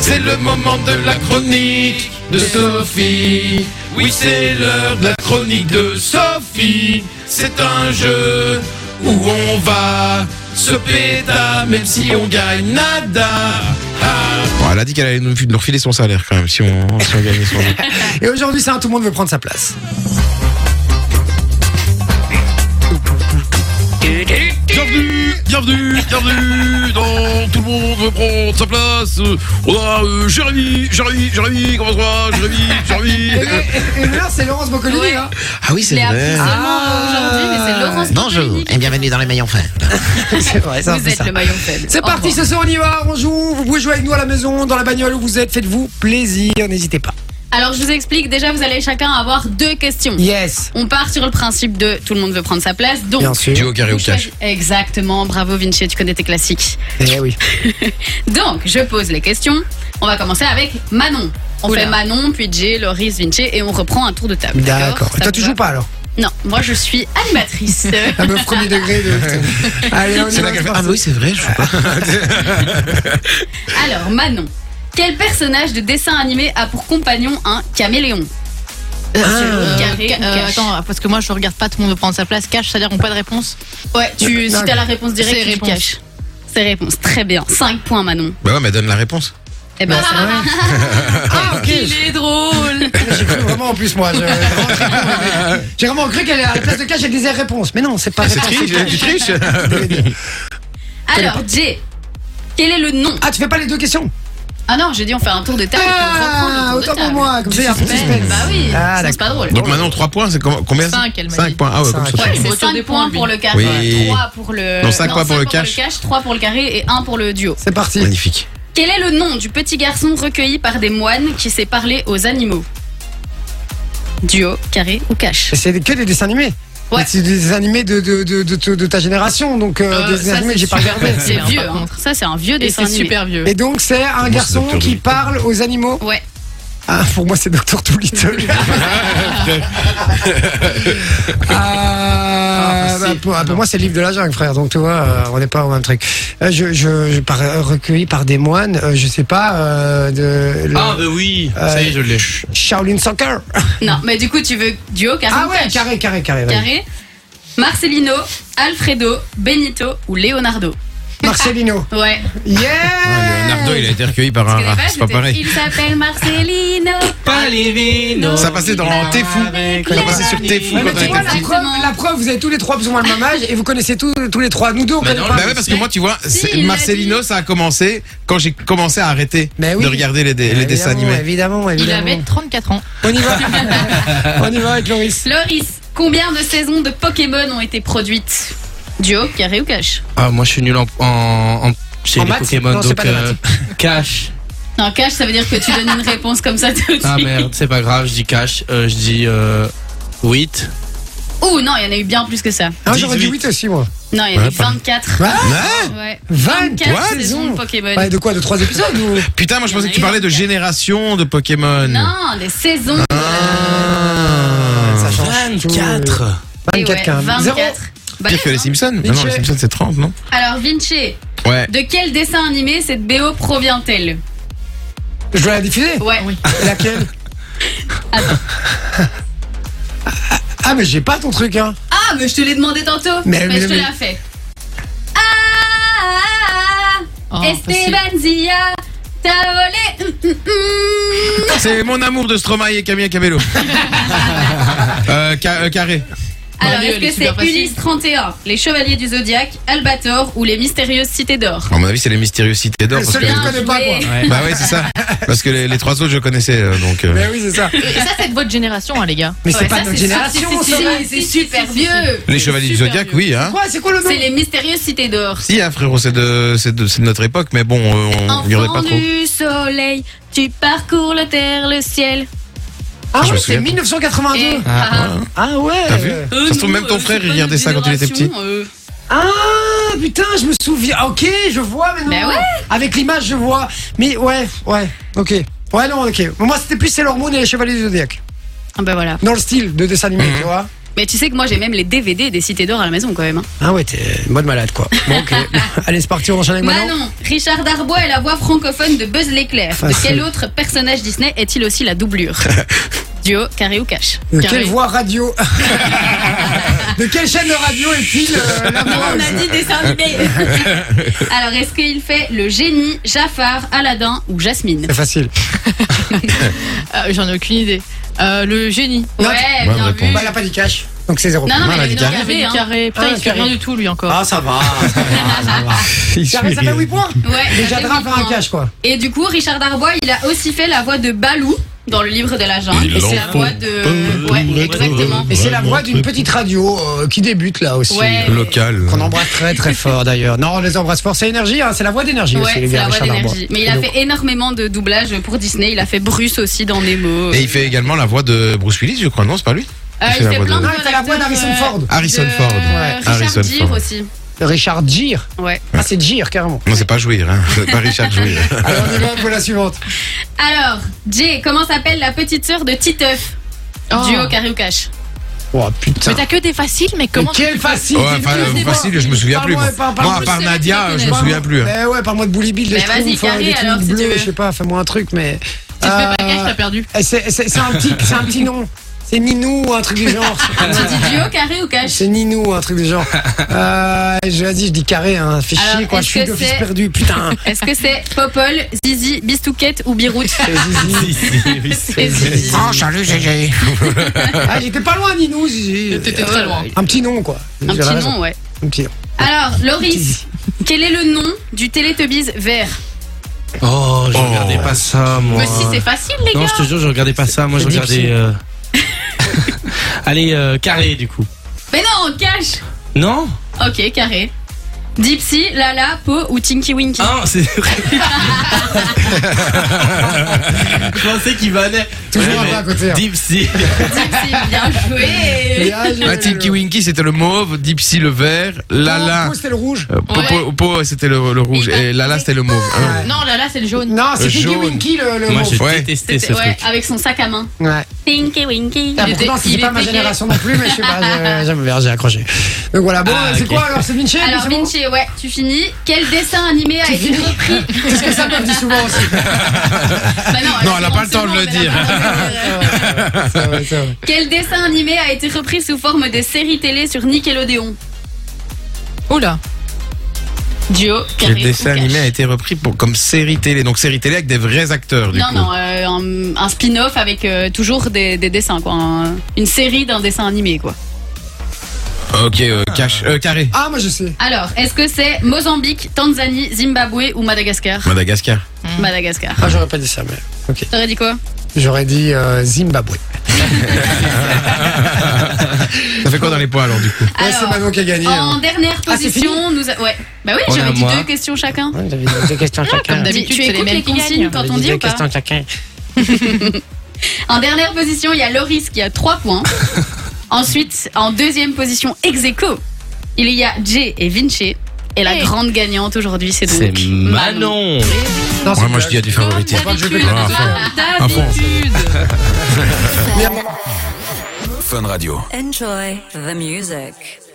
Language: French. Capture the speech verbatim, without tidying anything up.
C'est le moment de la chronique de Sophie. Oui, c'est l'heure de la chronique de Sophie. C'est un jeu où on va se péta, même si on gagne nada. Ah. Bon, elle a dit qu'elle allait nous nous refiler son salaire quand même si on, si on gagnait son jeu. Et aujourd'hui, c'est un tout le monde veut prendre sa place. Bienvenue, bienvenue, bienvenue dans Tout le monde veut prendre sa place. On a euh, Jérémy, Jérémy, Jérémy, comment ça va Jérémy, Jérémy. Et, et, et là, c'est Laurence Boccolini, Ouais. hein. Ah oui, c'est Je l'ai vrai. appris seulement Ah. aujourd'hui, mais c'est Laurence Bonjour Boccolini qui- et bienvenue dans les maillons faibles. C'est vrai, c'est un Vous peu êtes ça. le maillon faible. C'est Au parti, revoir. ce soir on y va, on joue. Vous pouvez jouer avec nous à la maison, dans la bagnole où vous êtes. Faites-vous plaisir, n'hésitez pas. Alors, je vous explique. Déjà, vous allez chacun avoir deux questions. Yes. On part sur le principe de tout le monde veut prendre sa place. Donc, Bien sûr. Duo, carré ou vous cash. choisissez- Exactement. Bravo, Vinci. Tu connais tes classiques. Eh oui. Donc, je pose les questions. On va commencer avec Manon. On Oula. fait Manon, puis Jay, Loris, Vinci, et on reprend un tour de table. D'accord. Ça Et toi, vous tu va joues pas alors? Non, moi je suis animatrice. La meuf premier degré de. Allez, on y C'est va. là qu'elle fait. Ah, bah oui, c'est vrai, je sais pas. Alors, Manon, quel personnage de dessin animé a pour compagnon un caméléon? Euh, Carré ca- ou euh, cash? attends, parce que moi je regarde pas, tout le monde veut prendre sa place. Cash, c'est-à-dire qu'on n'a pas de réponse. Ouais, tu, si Non, t'as la réponse directe, C'est tu réponse. caches. C'est réponse, très bien. cinq points, Manon. Bah ouais, mais donne la réponse. Eh ben, c'est vrai. Ah, ok. Il est drôle. J'ai cru vraiment en plus, moi. je- J'ai vraiment cru qu'elle à la place de cash, elle disait réponse. Mais non, c'est pas C'est réponse, triche, c'est tu cash. triches. Alors, Jay, quel est le nom? Ah, tu fais pas les deux questions? Ah non, j'ai dit on fait un tour de table. puis on reprend Ah, le tour de autant pour table. moi. Comme ça, il y a un peu de Suspense. suspense. Bah oui, Ah, sinon c'est pas drôle. Donc maintenant trois points, c'est com- combien? Cinq, elle m'a cinq dit. points. Ah ouais, comme Cinq. ça. Ouais, Une c'est voiture cinq des points points, pour lui. le carré, Oui. trois pour le. Non, cinq points pour le cinq cash. trois pour le carré et un pour le duo. C'est parti. Magnifique. Quel est le nom du petit garçon recueilli par des moines qui sait parler aux animaux? Duo, carré ou cash? C'est que des dessins animés. Ouais. Mais c'est des dessins animés de, de, de, de, de ta génération, donc euh, Euh, des dessins ça, animés que j'ai c'est pas super- regardé. C'est Par vieux, hein. contre. Ça c'est un vieux Et dessin c'est animé. super vieux. Et donc c'est un c'est garçon Docteur qui Dolittle. parle aux animaux. Ouais. Ah, pour moi c'est Docteur Dolittle. ah, bah, pour, pour moi c'est le livre de la jungle, frère. Donc tu vois, euh, on n'est pas au même truc. Euh, je, je, je par, recueilli par des moines, euh, je sais pas euh, de le, Ah bah oui, Euh, ça y est, je l'ai. Shaolin Soccer. Non, mais du coup tu veux duo, carré Ah ou ouais, cash? carré, carré, carré. vas-y. Carré. Marcelino, Alfredo, Benito ou Leonardo? Marcelino. Ouais. Yeah. Ouais, Leonardo, il a été recueilli par Tu un connais rat. pas, C'est pas c'était- pareil. Il s'appelle Marcelino. Palivino. Ça passait dans T'es fou. Ça passait sur T'es fou Ouais, quand mais tu on vois, était la petit. preuve, la preuve, vous avez tous les trois plus ou moins le même âge et vous connaissez tous, tous les trois. Nous deux, on Bah connaît non, pas. Bah ouais, parce que moi, tu vois, c'est- il l'a Marcelino, dit. ça a commencé quand j'ai commencé à arrêter Mais oui. de regarder les, dé- les dessins Évidemment, animés. Évidemment, Il évidemment. avait trente-quatre ans. On y va. On y va avec Loris. Loris, combien de saisons de Pokémon ont été produites? Duo, carré ou cash? Ah, moi je suis nul en, en, en chez En les maths Pokémon, Non, c'est donc pas des euh, cash. Non, cash, ça veut dire que tu donnes une réponse comme ça tout de suite. Ah merde, c'est pas grave, je dis cash. Euh, je dis euh, huit. Ouh, non, il y en a eu bien plus que ça. Ah, j'aurais dit dix-huit. huit aussi, moi. Non, il y en a Ouais, eu pas- vingt-quatre. Ouais. Ouais. vingt-quatre vingt-quatre saisons saisons. de Pokémon. Ouais, de quoi? De trois épisodes ou... Putain, moi je Il y en pensais a que tu eu parlais de vingt-quatre. génération de Pokémon. Non, des saisons. Ah. Ça change tout. vingt-quatre. Et vingt-quatre ouais, quand même. Zéro. vingt-quatre. Bah, Pire que les Simpsons. Non, non, Vinci. les Simpsons c'est trente, non? alors, Vinci, Ouais. de quel dessin animé cette B O provient-elle? Je dois la diffuser. Ouais. Et laquelle? Ah, mais j'ai pas ton truc, hein. Ah, mais je te l'ai demandé tantôt. Mais- Mais, mais- je te mais- l'ai fait. Ah, Oh, Esteban Zia, t'as volé. Hum, hum, hum. C'est mon amour de Stromae et Camilla Cabello. euh, ca- euh, carré. Alors, Mario, est-ce elle est que c'est super facile. Ulysse trente et un, les Chevaliers du Zodiaque, Albator ou les Mystérieuses Cités d'Or? À mon avis, c'est les mystérieuses cités d'or. Parce que Celui que je les- connais pas, quoi. joué. Bah ouais, c'est ça. Parce que les, les trois autres, je connaissais. euh, donc. euh, Mais oui, c'est ça. Et ça, c'est de votre génération, hein, les gars. Mais c'est Ouais, pas ça, de notre c'est- génération, si, si, ça. si, va. C'est super vieux. Les Chevaliers du super Zodiaque, vieux. oui, hein. Quoi, c'est quoi le nom? C'est les Mystérieuses Cités d'Or. Si, hein, frérot, c'est de, c'est de, c'est de notre époque, mais bon, euh, on regardait Enfant pas trop. du soleil, tu parcours la terre, le ciel. Ah je me ouais, souviens c'est pas. mille neuf cent quatre-vingt-deux. Et- Ah, ah, ouais. Ah ouais. T'as vu Euh, Ça se trouve, nous, même ton euh, frère, c'est il pas regardait notre ça quand il était petit. génération, euh. Ah putain, je me souviens. Ok, je vois maintenant. Ben ouais. Avec l'image, je vois. Mais ouais, ouais, ok. Ouais, non, ok. Moi, c'était plus Sailor Moon et les Chevaliers du Zodiac. Ah bah voilà. Dans le style de dessin animé, tu vois. Mais tu sais que moi j'ai même les D V D des Cités d'Or à la maison quand même. Hein. Ah ouais, t'es une bonne malade quoi. Bon, ok. Allez, c'est parti, on enchaîne avec Manon. Manon, Richard Darbois est la voix francophone de Buzz l'éclair. De Facile. quel autre personnage Disney est-il aussi la doublure? Duo, carré ou cash? De Carré. quelle voix radio De quelle chaîne de radio est-il euh, la Non, voix on a dit dessin animé. Alors, est-ce qu'il fait le génie, Jafar, Aladdin ou Jasmine? C'est facile. Euh, J'en ai aucune idée. Euh, le génie. Non, Ouais, bonne bien réponse. vu. Bah, elle a pas dit cash. Donc c'est zéro. Non, non, Non, mais elle a il dit a carré. Il avait regardé, dit hein. carré. Putain, Ah, il fait carré. rien du tout lui encore. Ah, ça va. Ça va, ça va. Carré, ça fait huit points. Ouais, Déjà, ça fait Dra huit fait un points. cash quoi. Et du coup, Richard Darbois, il a aussi fait la voix de Balou dans le livre de la jungle. Il Et c'est la en faut voix de. Ouais, exactement. Et c'est la voix d'une petite radio euh, qui débute là aussi. Ouais. Local. Qu'on embrasse très très fort d'ailleurs. Non, on les embrasse fort. C'est énergie, hein, c'est la voix d'énergie aussi, Ouais, les c'est gars. la voix Richard Darbois. d'énergie. Mais il a Donc, fait énormément de doublages pour Disney. Il a fait Bruce aussi dans Nemo. Et il fait également la voix de Bruce Willis, je crois, non, c'est pas lui? Euh, il fait il la fait voix plein de- de Ah, il fait la voix d'Harrison d'acteurs, Ford. Harrison de- Ford. Ouais. Richard Harrison Gere Ford. aussi. Richard Gere. Ouais. Ah, c'est Gere carrément. Non, c'est pas Jouir, hein. C'est pas Richard Jouir. Alors on y va pour la suivante. Alors, Jay, comment s'appelle la petite sœur de Titeuf? Oh. Duo, carré ou cash? Oh putain. Mais t'as que des faciles, mais Mais comment quel facile. Ouais, dis-le, enfin, dis-moi. facile, je me souviens plus. Parle-moi, Moi, parle- Moi, à parle- part plus, Nadia, c'est je me les souviens plus. hein. Eh ouais, parle-moi de Bully Bill, de Mais vas-y, Schtroumpf, carré, des alors, trucs si tu bleus, veux. je sais pas, fais-moi un truc, mais. Si tu fais pas Euh, cash, t'as perdu. eh, C'est c'est- c'est un petit, c'est un petit nom. C'est Ninou ou un truc du genre. Tu dis duo, carré ou cash? C'est Ninou ou un truc du genre. Euh, je l'ai dit, je dis carré, hein. Fais Alors, chier quoi, je est-ce suis que d'office c'est- perdu, putain. Est-ce que c'est Popol, Zizi, Bistouquette ou Birout? C'est Zizi. C'est Zizi. Oh, salut, Gégé. Ah, j'étais pas loin, Ninou. Zizi. T'étais très loin. Un petit nom, quoi. Un J'ai petit raison. nom, ouais. Un petit nom. Alors, Loris, quel est le nom du Télétubbies vert? Oh, je Oh. regardais pas ça, moi. Mais si, c'est facile, les Non, gars. je te jure, je regardais pas ça. Moi, je c'est regardais. Dipsy. euh, Allez, euh, carré, du coup. Mais non, cash. Non? Ok, carré. Dipsy, Lala, Po ou Tinky Winky? Ah, c'est vrai. Je pensais qu'il valait. Toujours un peu à côté, hein. Dipsy. Dipsy, bien joué. Bien joué. Ah, Tinky Winky, c'était le mauve, Dipsy, le vert, Lala. Oh, c'était le rouge. euh, Popo, Po, c'était le, le rouge, et Lala, c'était le mauve. hein. Non, là, là, c'est le jaune. Non, c'est Le Tinky jaune. Winky le, le Moi, mauve. j'ai Ouais. détesté ce C'était- ouais, truc. avec son sac à main. Ouais. Tinky Winky. Ah, Il pourtant, était- c'était il pas ma était gay. génération non plus, mais je sais pas, j'ai- j'aime bien, j'ai accroché. Donc voilà, bon, Ah, c'est ok. quoi alors? C'est Vinci? Alors c'est bon Vinci, ouais, tu finis. Quel dessin animé a C'est été fini. repris? Qu'est-ce que ça me dit souvent aussi? Bah Non, elle a fait pas le temps de trente le secondes, elle dire. a pas le temps de le dire. C'est vrai, c'est vrai. Quel dessin animé a été repris sous forme de série télé sur Nickelodeon? Oula. Duo, Le carré dessin ou cash? animé a été repris pour, comme série télé. Donc série télé avec des vrais acteurs, du Non, coup. non, euh, un, un spin-off avec euh, toujours des, des dessins, quoi. Un- une série d'un dessin animé, quoi. Ok, euh, cash, euh, carré. Ah, moi je sais. Alors, est-ce que c'est Mozambique, Tanzanie, Zimbabwe ou Madagascar? Madagascar. Madagascar. Ah, j'aurais pas dit ça, mais. Ok. T'aurais dit quoi? J'aurais dit euh, Zimbabwe. Ça fait quoi dans les points alors, du coup? Ouais, c'est Alors, Manon qui a gagné. En hein. dernière Ah, c'est position, nous a... Ouais. Bah oui, On est j'avais à dit moi. deux questions chacun. Ouais, j'avais dit deux questions chacun. comme Dis- d'habitude, tu c'est les écoutes mêmes les qui consignes gagnent. quand J'avais on dit dit deux ou pas? questions chacun. En dernière position, il y a Loris qui a trois points. Ensuite, en deuxième position, ex aequo, il y a Jay et Vinci. Et la Hey. grande gagnante aujourd'hui, c'est C'est donc Manon. Non, c'est Ouais, moi je blague. dis à du favoritisme. Pas que je vais D'habitude, pas Ah, dire. à fond. d'habitude. Fun Radio. Enjoy the music.